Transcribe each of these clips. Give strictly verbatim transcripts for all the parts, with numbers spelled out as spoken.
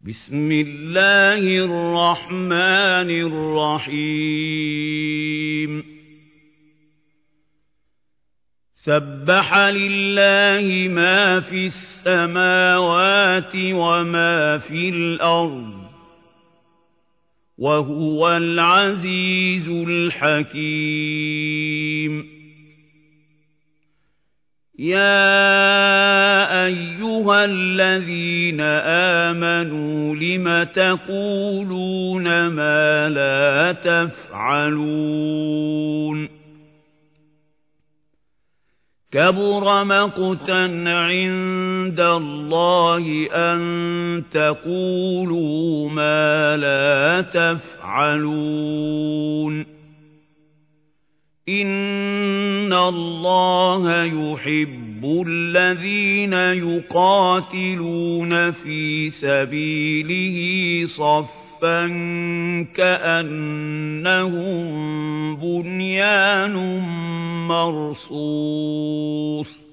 بسم الله الرحمن الرحيم سبح لله ما في السماوات وما في الأرض وهو العزيز الحكيم يا أيها الذين آمنوا لم تقولون ما لا تفعلون كبر مقتا عند الله أن تقولوا ما لا تفعلون إن الله يحب الذين يقاتلون في سبيله صفا كأنهم بنيان مرصوص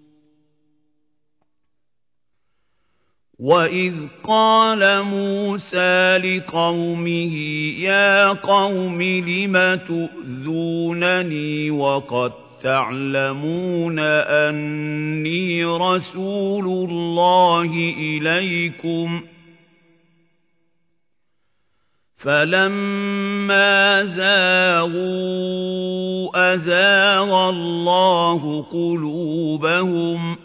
وَإِذْ قَالَ مُوسَى لِقَوْمِهِ يَا قَوْمِ لِمَ تُؤْذُونَنِي وَقَدْ تَعْلَمُونَ أَنِّي رَسُولُ اللَّهِ إِلَيْكُمْ فَلَمَّا زَاغُوا أَزَاغَ اللَّهُ قُلُوبَهُمْ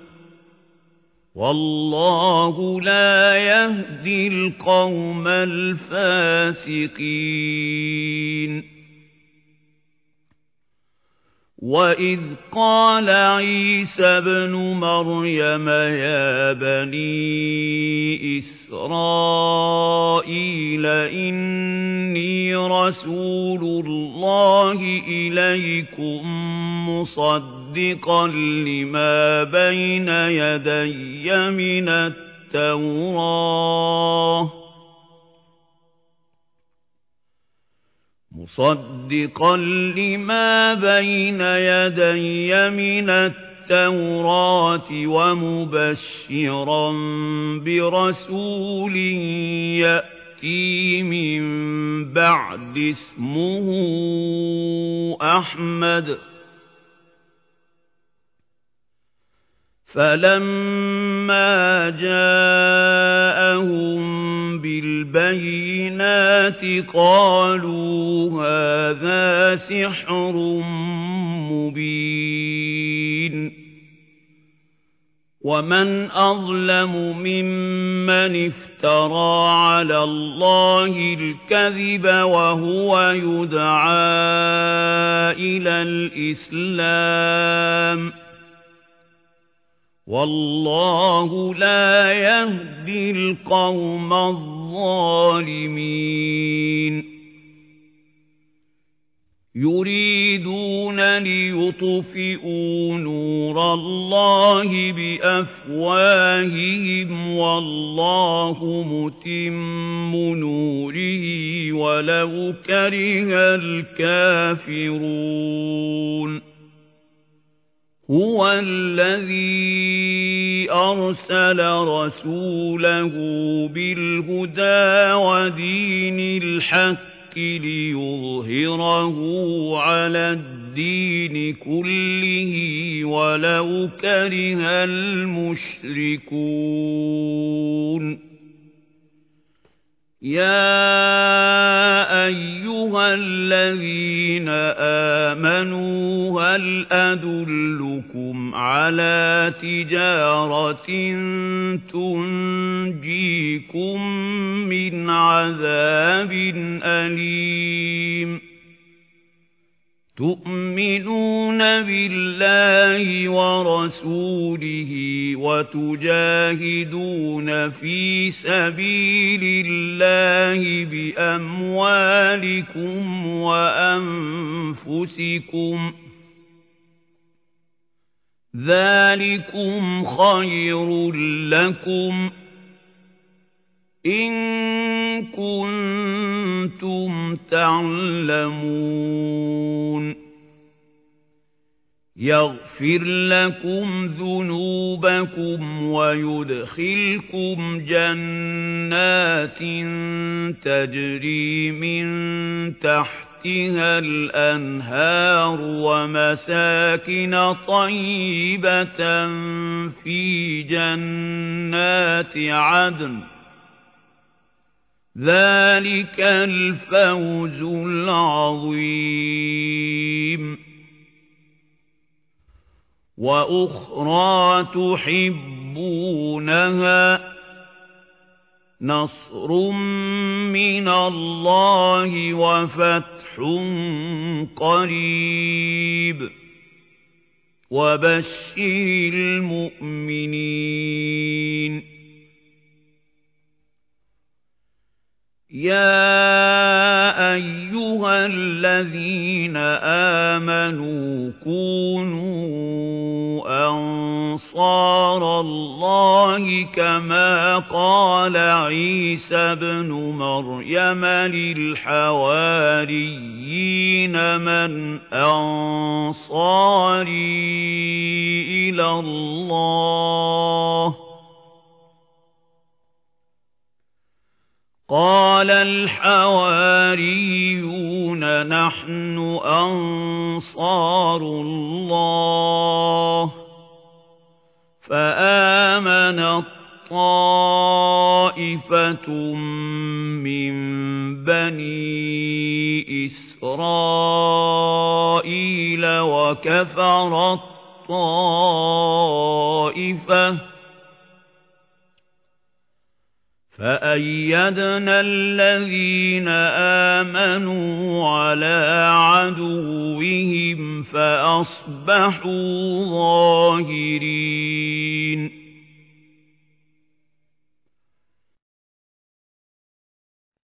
والله لا يهدي القوم الفاسقين وإذ قال عيسى ابن مريم يا بني إسرائيل إني رسول الله إليكم مصدقا لما بين يدي من التوراة مصدقا لما بين يدي من التوراة ومبشرا برسول يأتي من بعد اسمه أحمد فلما جاءهم بالبينات قالوا هذا سحر مبين ومن أظلم ممن افترى على الله الكذب وهو يدعى إلى الإسلام والله لا يهدي القوم الظالمين يريدون ليطفئوا نور الله بأفواههم والله متم نوره ولو كره الكافرون هو الذي أرسل رسوله بالهدى ودين الحق ليظهره على الدين كله ولو كره المشركون يا أيها الذين آمنوا هل أدلكم على تجارة تنجيكم من عذاب أليم تؤمنون بالله ورسوله وتجاهدون في سبيل الله بأموالكم وأنفسكم ذلكم خير لكم إن كنتم تعلمون يغفر لكم ذنوبكم ويدخلكم جنات تجري من تحتها الأنهار ومساكن طيبة في جنات عدن ذلك الفوز العظيم وأخرى تحبونها نصر من الله وفتح قريب وبشر المؤمنين يا أيها الذين آمنوا كونوا أنصار الله كما قال عيسى ابن مريم للحواريين من أنصاري إلى الله قال الحواريون نحن أنصار الله فآمنت طائفة من بني إسرائيل وكفرت طائفة فأيدنا الذين آمنوا على عدوهم فأصبحوا ظاهرين